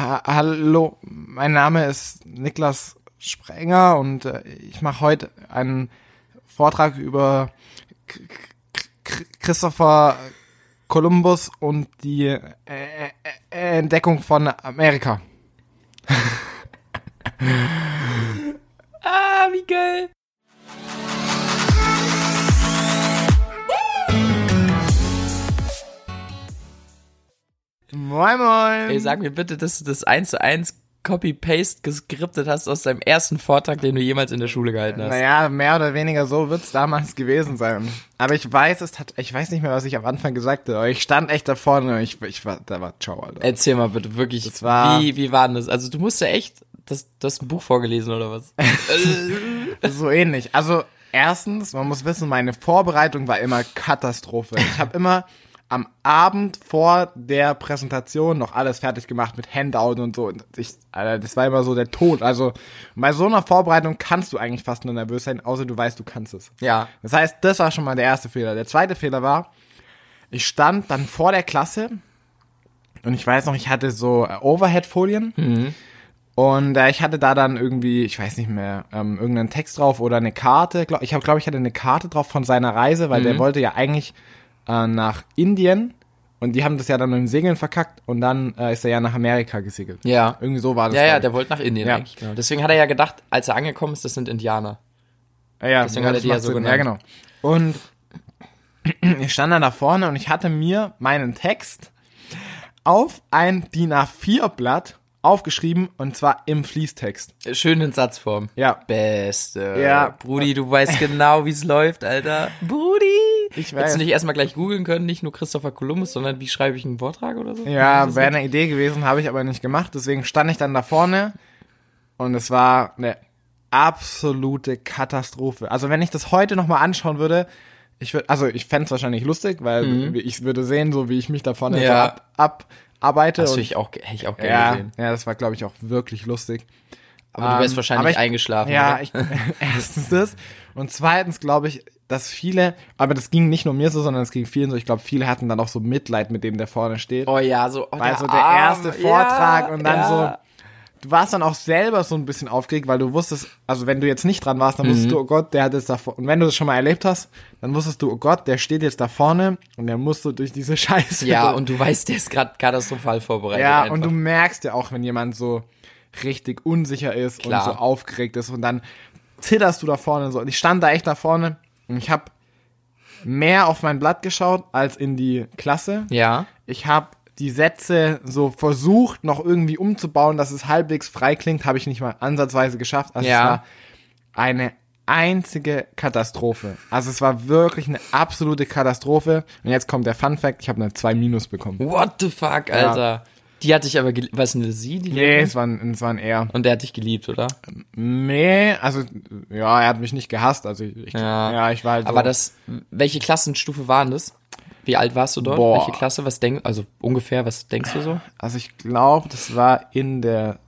Hallo, mein Name ist Niklas Sprenger und ich mache heute einen Vortrag über Christopher Columbus und die Entdeckung von Amerika. Wie geil. Moin, moin. Ey, sag mir bitte, dass du das 1:1 Copy-Paste geskriptet hast aus deinem ersten Vortrag, den du jemals in der Schule gehalten hast. Naja, mehr oder weniger so wird's damals gewesen sein. Aber ich weiß nicht mehr, was ich am Anfang gesagt habe, aber ich stand echt da vorne und ich war, da war ciao, Alter. Erzähl mal bitte, wirklich, wie war denn das? Also du musst ja echt, du hast ein Buch vorgelesen oder was? So ähnlich. Also erstens, man muss wissen, meine Vorbereitung war immer Katastrophe. Ich habe immer am Abend vor der Präsentation noch alles fertig gemacht mit Handout und so. Und das war immer so der Tod. Also bei so einer Vorbereitung kannst du eigentlich fast nur nervös sein, außer du weißt, du kannst es. Ja. Das heißt, das war schon mal der erste Fehler. Der zweite Fehler war, ich stand dann vor der Klasse und ich weiß noch, ich hatte so Overhead-Folien. Mhm. Und ich hatte da dann irgendwie, ich weiß nicht mehr, irgendeinen Text drauf oder eine Karte. Ich hatte eine Karte drauf von seiner Reise, weil der wollte ja eigentlich nach Indien und die haben das ja dann mit dem Segeln verkackt und dann ist er ja nach Amerika gesegelt. Ja. Irgendwie so war das. Ja, der wollte nach Indien Ja. eigentlich. Genau. Deswegen hat er ja gedacht, als er angekommen ist, das sind Indianer. Ja, Deswegen hat er die ja so genannt. Ja, genau. Und ich stand dann da vorne und ich hatte mir meinen Text auf ein DIN A4-Blatt aufgeschrieben und zwar im Fließtext. Schön in Satzform. Ja. Beste. Ja. Brudi, du weißt genau, wie es läuft, Alter. Brudi. Ich Hättest weiß. du nicht erstmal gleich googeln können, nicht nur Christopher Columbus, sondern wie schreibe ich einen Vortrag oder so? Ja, wäre eine Idee gewesen, habe ich aber nicht gemacht. Deswegen stand ich dann da vorne und es war eine absolute Katastrophe. Also wenn ich das heute nochmal anschauen würde, ich fände es wahrscheinlich lustig, weil ich würde sehen, so wie ich mich da vorne Ja. so abarbeite. Das und hätte ich auch gerne gesehen. ja, das war, glaube ich, auch wirklich lustig. Aber du wärst wahrscheinlich eingeschlafen, Ja, oder? erstens das. Und zweitens glaube ich, dass viele, aber das ging nicht nur mir so, sondern es ging vielen so, ich glaube, viele hatten dann auch so Mitleid mit dem, der vorne steht. Oh ja, so. Weil so der erste Vortrag und dann so, du warst dann auch selber so ein bisschen aufgeregt, weil du wusstest, also wenn du jetzt nicht dran warst, dann wusstest du, oh Gott, der hat jetzt da vorne, und wenn du das schon mal erlebt hast, dann wusstest du, oh Gott, der steht jetzt da vorne und der muss so durch diese Scheiße. Ja, und du weißt, der ist gerade katastrophal vorbereitet. Ja, einfach. und du merkst ja auch, wenn jemand so richtig unsicher ist Klar. und so aufgeregt ist und dann zitterst du da vorne so. Und ich stand da echt da vorne und ich habe mehr auf mein Blatt geschaut als in die Klasse. Ja. Ich habe die Sätze so versucht, noch irgendwie umzubauen, dass es halbwegs frei klingt, habe ich nicht mal ansatzweise geschafft. Also Ja. es war eine einzige Katastrophe. Also es war wirklich eine absolute Katastrophe. Und jetzt kommt der Funfact, ich habe eine 2- bekommen. What the fuck, Alter. Die hatte ich aber was denn sie? Die Nee, Lehrerin? es war ein R. Und der hat dich geliebt, oder? Nee, also, ja, er hat mich nicht gehasst, also ich war halt so. Aber welche Klassenstufe waren das? Wie alt warst du dort? Boah. Welche Klasse? Also ungefähr, was denkst du so? Also ich glaube, das war in der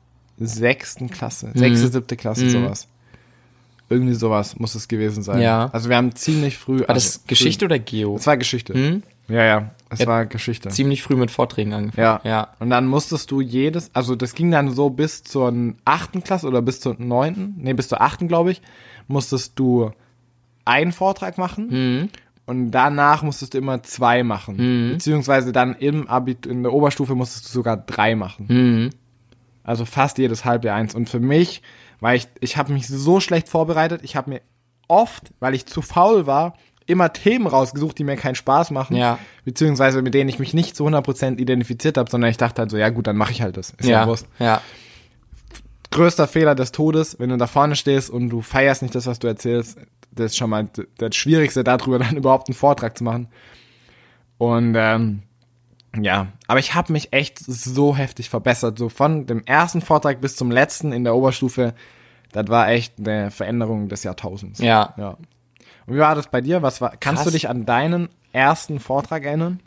6. Klasse, 6., 7. Klasse, sowas. Irgendwie sowas muss es gewesen sein. Ja. Also wir haben ziemlich früh. War das Geschichte oder Geo? Es war Geschichte. Ja, es war Geschichte. Ziemlich früh mit Vorträgen angefangen. Ja. Und dann musstest du also das ging dann so bis zur 8. Klasse oder bis zur 9., bis zur 8., glaube ich, musstest du einen Vortrag machen und danach musstest du immer 2 machen. Beziehungsweise dann in der Oberstufe musstest du sogar 3 machen. Also fast jedes Halbjahr 1. Und für mich, weil ich habe mich so schlecht vorbereitet, ich habe mir oft, weil ich zu faul war, immer Themen rausgesucht, die mir keinen Spaß machen, beziehungsweise mit denen ich mich nicht zu 100% identifiziert habe, sondern ich dachte halt so, ja gut, dann mache ich halt das. Ist ja Wurst. Ja. Größter Fehler des Todes, wenn du da vorne stehst und du feierst nicht das, was du erzählst, das ist schon mal das Schwierigste, darüber dann überhaupt einen Vortrag zu machen. Und ja, aber ich habe mich echt so heftig verbessert, so von dem ersten Vortrag bis zum letzten in der Oberstufe, das war echt eine Veränderung des Jahrtausends. Ja. Und wie war das bei dir? Kannst Krass. du dich an deinen ersten Vortrag erinnern?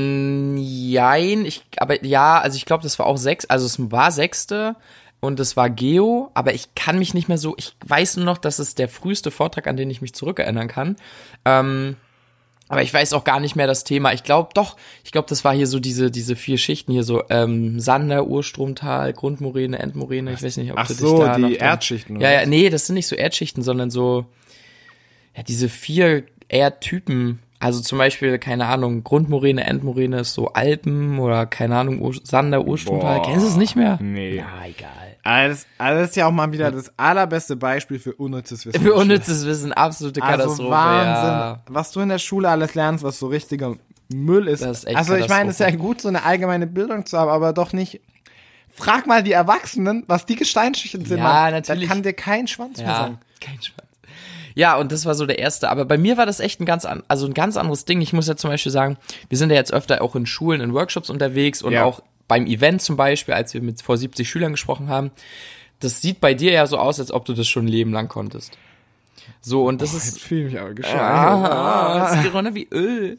Jein, also ich glaube, das war auch 6, also es war 6. und es war Geo, aber ich kann mich nicht mehr so, ich weiß nur noch, dass es der früheste Vortrag, an den ich mich zurückerinnern kann. Aber ich weiß auch gar nicht mehr das Thema. Ich glaube, das war hier so diese 4 Schichten hier so, Sander, Urstromtal, Grundmoräne, Endmoräne, ich weiß nicht, ob Ach du dich so, da die noch Erdschichten. Ja, ja, nee, das sind nicht so Erdschichten, sondern so, ja, diese 4 Erdtypen. Also zum Beispiel, keine Ahnung, Grundmoräne, Endmoräne ist so Alpen oder keine Ahnung, Sander, Urstromtal. Kennst du es nicht mehr? Nee. Ja, egal. Also das ist ja auch mal wieder das allerbeste Beispiel für unnützes Wissen. Für unnützes Wissen, absolute Katastrophe. Also Wahnsinn, ja. was du in der Schule alles lernst, was so richtiger Müll ist. Das ist echt also ich meine, es ist ja gut, so eine allgemeine Bildung zu haben, aber doch nicht. Frag mal die Erwachsenen, was die Gesteinsschichten sind. Ja, natürlich. Da kann dir kein Schwanz mehr sagen. Kein Schwanz. Ja, und das war so der erste. Aber bei mir war das echt ein ganz anderes Ding. Ich muss ja zum Beispiel sagen, wir sind ja jetzt öfter auch in Schulen, in Workshops unterwegs und auch beim Event zum Beispiel, als wir mit vor 70 Schülern gesprochen haben. Das sieht bei dir ja so aus, als ob du das schon ein Leben lang konntest. So, und das ist. Jetzt fühle ich mich aber gescheit. Das ist Corona wie Öl.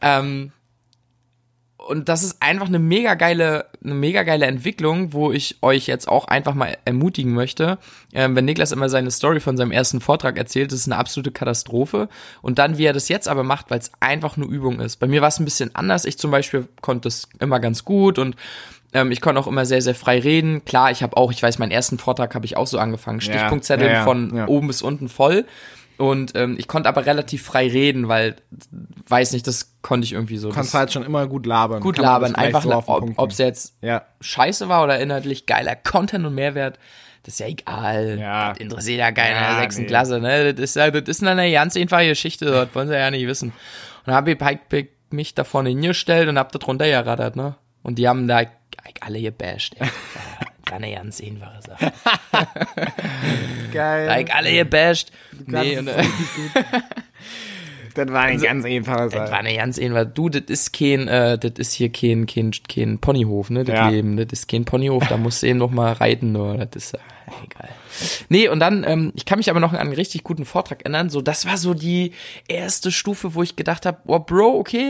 Und das ist einfach eine mega geile Entwicklung, wo ich euch jetzt auch einfach mal ermutigen möchte. Wenn Niklas immer seine Story von seinem ersten Vortrag erzählt, das ist eine absolute Katastrophe. Und dann, wie er das jetzt aber macht, weil es einfach eine Übung ist. Bei mir war es ein bisschen anders. Ich zum Beispiel konnte es immer ganz gut und ich konnte auch immer sehr, sehr frei reden. Klar, ich weiß, meinen ersten Vortrag habe ich auch so angefangen. Stichpunktzettel von oben bis unten voll. Und ich konnte aber relativ frei reden, weil, weiß nicht, das konnte ich irgendwie so. Du kannst halt schon immer gut labern. Gut labern, einfach, so ob es jetzt scheiße war oder inhaltlich geiler Content und Mehrwert, das ist ja egal. Ja. Das interessiert ja keiner in der 6. Klasse, ne? Das ist eine ganz einfache Geschichte, das wollen sie ja nicht wissen. Und dann habe ich mich da vorne hingestellt und hab da drunter gerattert, ne? Und die haben da alle gebasht, ey. War eine ganz einfache Sache. Geil. Like alle gebasht. Nee, das war eine ganz einfache Sache. Das war eine ganz einfache. Du, das ist hier kein Ponyhof, ne? Das Leben, das ist kein Ponyhof, da musst du eben noch mal reiten, nur das ist egal. Nee, und dann, ich kann mich aber noch an einen richtig guten Vortrag erinnern, so, das war so die erste Stufe, wo ich gedacht habe, oh, Bro, okay,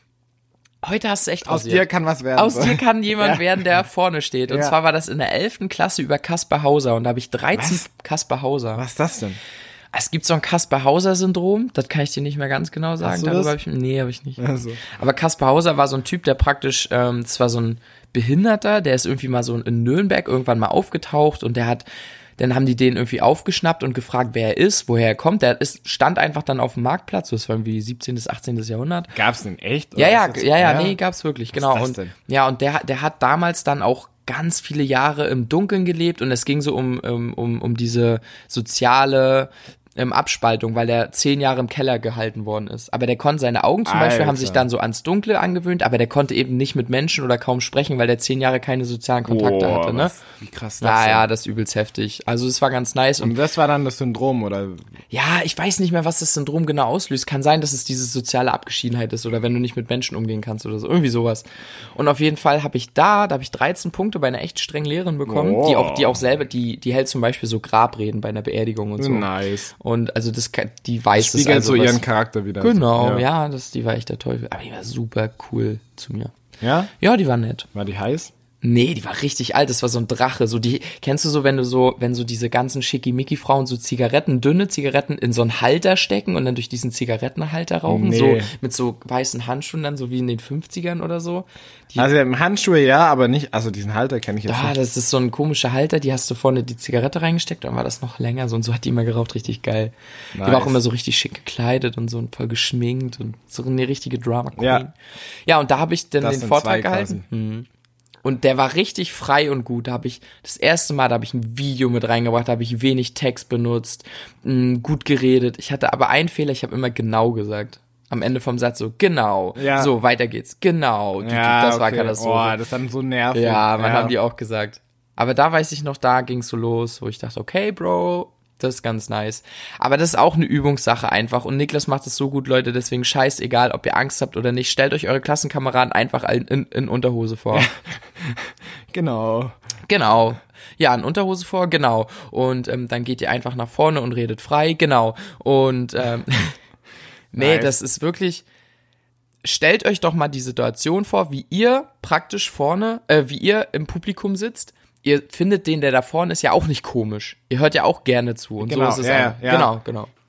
heute hast du echt aus dir kann was werden. Aus dir kann jemand werden, der vorne steht. Und zwar war das in der 11. Klasse über Kaspar Hauser. Und da habe ich 13 Kaspar Hauser. Was ist das denn? Es gibt so ein Kaspar-Hauser-Syndrom. Das kann ich dir nicht mehr ganz genau sagen. Darüber habe ich nicht. Also. Aber Kaspar Hauser war so ein Typ, der praktisch, das war so ein Behinderter, der ist irgendwie mal so in Nürnberg irgendwann mal aufgetaucht und dann haben die den irgendwie aufgeschnappt und gefragt, wer er ist, woher er kommt. Stand einfach dann auf dem Marktplatz, das war irgendwie 17. bis 18. Jahrhundert. Gab's den echt? Ja, nee, gab's wirklich, genau. Was ist das denn? Ja, und der hat damals dann auch ganz viele Jahre im Dunkeln gelebt und es ging so um diese soziale Abspaltung, weil er 10 Jahre im Keller gehalten worden ist. Aber der konnte, seine Augen zum Beispiel haben sich dann so ans Dunkle angewöhnt, aber der konnte eben nicht mit Menschen oder kaum sprechen, weil der 10 Jahre keine sozialen Kontakte hatte, ne? Wie krass das ja, das ist übelst heftig. Also es war ganz nice. Und das war dann das Syndrom, oder? Ja, ich weiß nicht mehr, was das Syndrom genau auslöst. Kann sein, dass es diese soziale Abgeschiedenheit ist oder wenn du nicht mit Menschen umgehen kannst oder so. Irgendwie sowas. Und auf jeden Fall habe ich 13 Punkte bei einer echt strengen Lehrerin bekommen, die auch selber, die hält zum Beispiel so Grabreden bei einer Beerdigung und so. Nice. Und also die weiß das spiegelt so ihren Charakter wieder. Genau, ja, die war echt der Teufel. Aber die war super cool zu mir. Ja? Ja, die war nett. War die heiß? Nee, die war richtig alt, das war so ein Drache. Kennst du so, wenn so diese ganzen Schickimicki-Frauen so dünne Zigaretten in so einen Halter stecken und dann durch diesen Zigarettenhalter rauchen? Nee. So mit so weißen Handschuhen dann, so wie in den 50ern oder so. Also Handschuhe ja, aber nicht, also diesen Halter kenne ich jetzt nicht. Das ist so ein komischer Halter, die hast du vorne die Zigarette reingesteckt, dann war das noch länger so und so hat die immer geraucht, richtig geil. Nice. Die war auch immer so richtig schick gekleidet und so voll geschminkt und so eine richtige Drama Queen. Ja, und da habe ich dann den Vortrag gehalten. Und der war richtig frei und gut. Das erste Mal, da habe ich ein Video mit reingebracht, da habe ich wenig Text benutzt, gut geredet. Ich hatte aber einen Fehler, ich habe immer genau gesagt. Am Ende vom Satz so, genau. Ja. So, weiter geht's. Genau. Das war Katastrophe. Das ist dann so nervig. Ja, haben die auch gesagt. Aber da weiß ich noch, da ging's so los, wo ich dachte, okay, Bro, das ist ganz nice. Aber das ist auch eine Übungssache einfach. Und Niklas macht es so gut, Leute. Deswegen scheißegal, ob ihr Angst habt oder nicht. Stellt euch eure Klassenkameraden einfach in Unterhose vor. Genau. Ja, in Unterhose vor, genau. Und dann geht ihr einfach nach vorne und redet frei, genau. Und nee, nice. Das ist wirklich... Stellt euch doch mal die Situation vor, wie ihr praktisch wie ihr im Publikum sitzt. Ihr findet den, der da vorne ist, ja auch nicht komisch. Ihr hört ja auch gerne zu. Und genau, so ist es auch. Genau.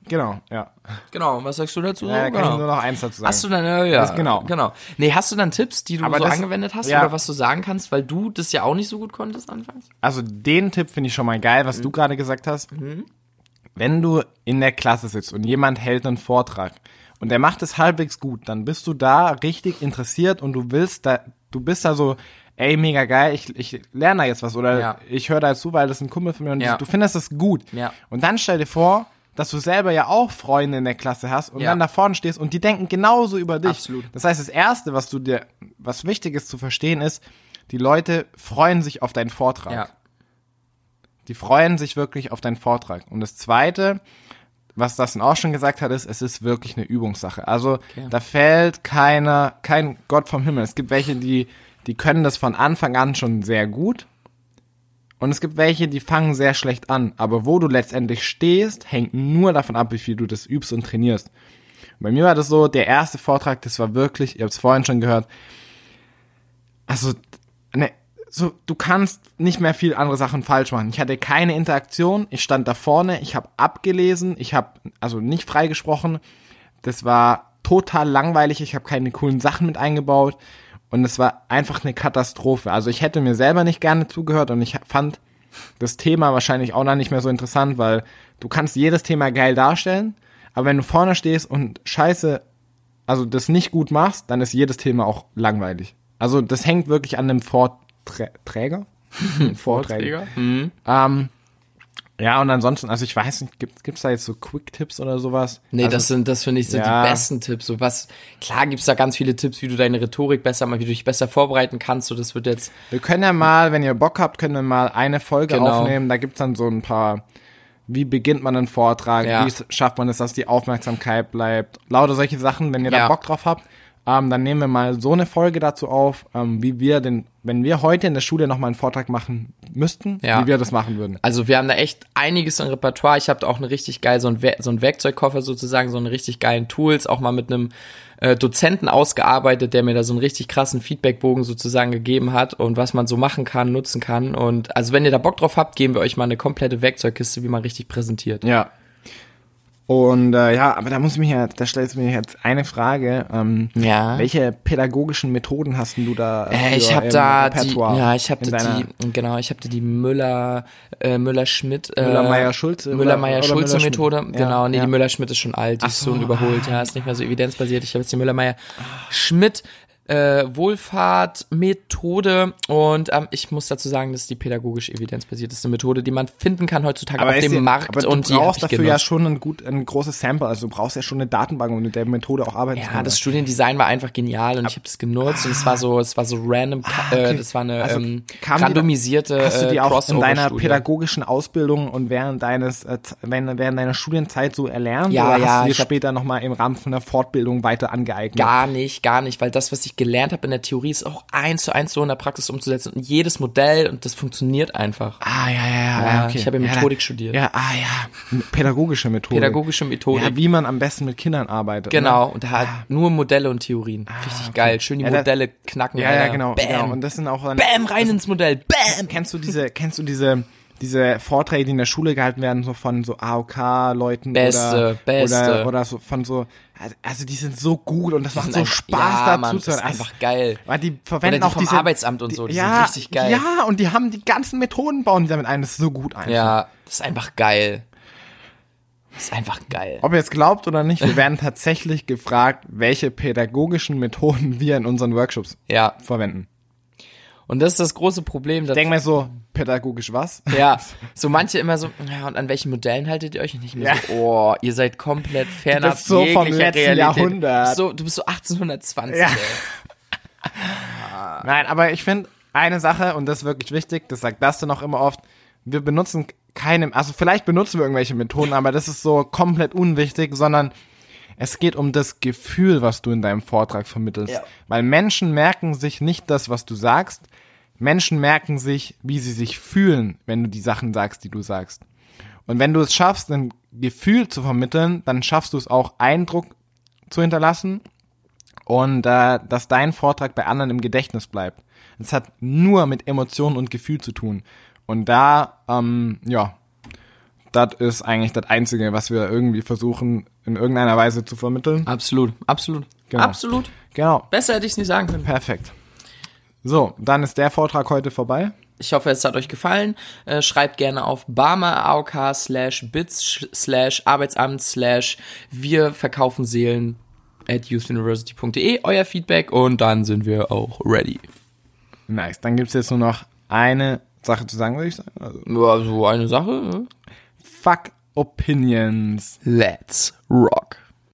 Genau, ja. Genau, was sagst du dazu? Da kann Genau. ich nur noch eins dazu sagen. Hast du dann, ja, genau. Nee, hast du dann Tipps, die du Aber so das- angewendet hast ja. oder was du sagen kannst, weil du das ja auch nicht so gut konntest anfangs? Also den Tipp finde ich schon mal geil, was du gerade gesagt hast. Wenn du in der Klasse sitzt und jemand hält einen Vortrag und der macht es halbwegs gut, dann bist du da richtig interessiert und du bist da so, ey, mega geil, ich lerne da jetzt was oder Ja. ich höre da jetzt zu, weil das ist ein Kumpel von mir und Ja. du findest das gut. Ja. Und dann stell dir vor, dass du selber ja auch Freunde in der Klasse hast und Ja. dann da vorne stehst und die denken genauso über dich. Absolut. Das heißt, das Erste, was wichtig ist zu verstehen ist, die Leute freuen sich auf deinen Vortrag. Ja. Die freuen sich wirklich auf deinen Vortrag. Und das Zweite, was Dustin auch schon gesagt hat, ist, es ist wirklich eine Übungssache. Also da fällt kein Gott vom Himmel. Es gibt welche, die können das von Anfang an schon sehr gut. Und es gibt welche, die fangen sehr schlecht an. Aber wo du letztendlich stehst, hängt nur davon ab, wie viel du das übst und trainierst. Und bei mir war das so, der erste Vortrag, das war wirklich, ihr habt es vorhin schon gehört, also, so, du kannst nicht mehr viel andere Sachen falsch machen. Ich hatte keine Interaktion, ich stand da vorne, ich habe abgelesen, ich habe also nicht freigesprochen. Das war total langweilig, ich habe keine coolen Sachen mit eingebaut und es war einfach eine Katastrophe. Also ich hätte mir selber nicht gerne zugehört und ich fand das Thema wahrscheinlich auch noch nicht mehr so interessant, weil du kannst jedes Thema geil darstellen, aber wenn du vorne stehst und also das nicht gut machst, dann ist jedes Thema auch langweilig. Also das hängt wirklich an dem Vorträger. Vorträger? Ja, und ansonsten, also ich weiß nicht, gibt's da jetzt so Quick-Tipps oder sowas? Nee, also, das finde ich so ja. die besten Tipps. So was, klar gibt's da ganz viele Tipps, wie du deine Rhetorik besser mal, wie du dich besser vorbereiten kannst. So, das wird jetzt. Wir können ja mal, wenn ihr Bock habt, können wir mal eine Folge Genau. aufnehmen. Da gibt's dann so ein paar, wie beginnt man einen Vortrag, Ja. wie schafft man es, dass die Aufmerksamkeit bleibt. Lauter solche Sachen, wenn ihr da Ja. Bock drauf habt. Dann nehmen wir mal so eine Folge dazu auf, wie wir wenn wir heute in der Schule nochmal einen Vortrag machen müssten, Ja. wie wir das machen würden. Also wir haben da echt einiges an Repertoire. Ich habe da auch eine richtig geil, so ein Werkzeugkoffer sozusagen, so eine richtig geilen Tools, auch mal mit einem Dozenten ausgearbeitet, der mir da so einen richtig krassen Feedbackbogen sozusagen gegeben hat und was man so machen kann, nutzen kann. Und also wenn ihr da Bock drauf habt, geben wir euch mal eine komplette Werkzeugkiste, wie man richtig präsentiert. Ja. Und aber da stellst du mir jetzt eine Frage. Ja. Welche pädagogischen Methoden hast du da? Ich habe im da Repertoire? ich habe die Müller-Schmidt, Müller-Meyer-Schulze Müller-Meyer-Schulze oder Methode. Müller-Schmidt? Genau, Ja, nee, ja. die Müller-Schmidt ist schon alt, die ist so überholt, ja, ist nicht mehr so evidenzbasiert. Ich habe jetzt die Müller-Meyer-Schmidt Wohlfahrt-Methode und ich muss dazu sagen, das ist die pädagogisch evidenzbasierteste Methode, die man finden kann heutzutage auf dem Markt. Aber du und die hab brauchst ich dafür genutzt. ja schon ein großes Sample, also du brauchst ja schon eine Datenbank, um mit der Methode auch arbeiten zu Ja, können. das Studiendesign war einfach genial und ich habe das genutzt und es war so random, okay. das war eine Also, randomisierte Hast du die auch in deiner Crossover-Studie. pädagogischen Ausbildung und während deiner Studienzeit so erlernt? Ja, oder ja, hast du dir ich hab- später nochmal im Rahmen von der Fortbildung weiter angeeignet? Gar nicht, weil das, was ich gelernt habe in der Theorie, ist auch 1:1 so in der Praxis umzusetzen und jedes Modell und das funktioniert einfach. Ja, okay. Ich habe ja Methodik studiert. Ja, pädagogische Methode. Pädagogische Methodik. Ja, wie man am besten mit Kindern arbeitet. Genau, Ne? und da halt nur Modelle und Theorien. Richtig geil, schön die Ja, Modelle knacken. Ja, Alter. genau. Bam, Genau. Und das sind auch dann, bam, rein ins Modell, bam. Kennst du diese Vorträge, die in der Schule gehalten werden, so von so AOK-Leuten Beste. oder so von so, also die sind so gut und das macht so einfach- Spaß ja, dazu Mann, zu das ist hören. einfach geil. Weil die Oder verwenden die auch vom diese Arbeitsamt und so, die sind richtig geil. Ja, und die haben die ganzen Methoden bauen die damit ein, das ist so gut einfach. Ja, das ist einfach geil. Das ist einfach geil. Ob ihr es glaubt oder nicht, wir werden tatsächlich gefragt, welche pädagogischen Methoden wir in unseren Workshops Ja, verwenden. und das ist das große Problem. Ich denke mir so, pädagogisch was? Ja, so manche immer so, ja, und an welchen Modellen haltet ihr euch? Und ich mir Ja. so, oh, ihr seid komplett fernab bist so vom jeglicher letzten Realität. Jahrhundert. Du bist so 1820, Ja. ey. Nein, aber ich finde eine Sache, und das ist wirklich wichtig, das sagt Dustin auch immer oft, wir benutzen also vielleicht benutzen wir irgendwelche Methoden, aber das ist so komplett unwichtig, sondern es geht um das Gefühl, was du in deinem Vortrag vermittelst. Ja. Weil Menschen merken sich nicht das, was du sagst, Menschen merken sich, wie sie sich fühlen, wenn du die Sachen sagst, die du sagst. Und wenn du es schaffst, ein Gefühl zu vermitteln, dann schaffst du es auch, Eindruck zu hinterlassen und dass dein Vortrag bei anderen im Gedächtnis bleibt. Es hat nur mit Emotionen und Gefühl zu tun. Und da das ist eigentlich das Einzige, was wir irgendwie versuchen, in irgendeiner Weise zu vermitteln. Absolut. Genau. Absolut. Genau. Besser hätte ich es nicht sagen können. Perfekt. So, dann ist der Vortrag heute vorbei. Ich hoffe, es hat euch gefallen. Schreibt gerne auf barmer.aok/bits/arbeitsamt/wir verkaufen Seelen @youthuniversity.de euer Feedback und dann sind wir auch ready. Nice. Dann gibt's jetzt nur noch eine Sache zu sagen, würde ich sagen. Also, Ja, so eine Sache. fuck Opinions. Let's rock.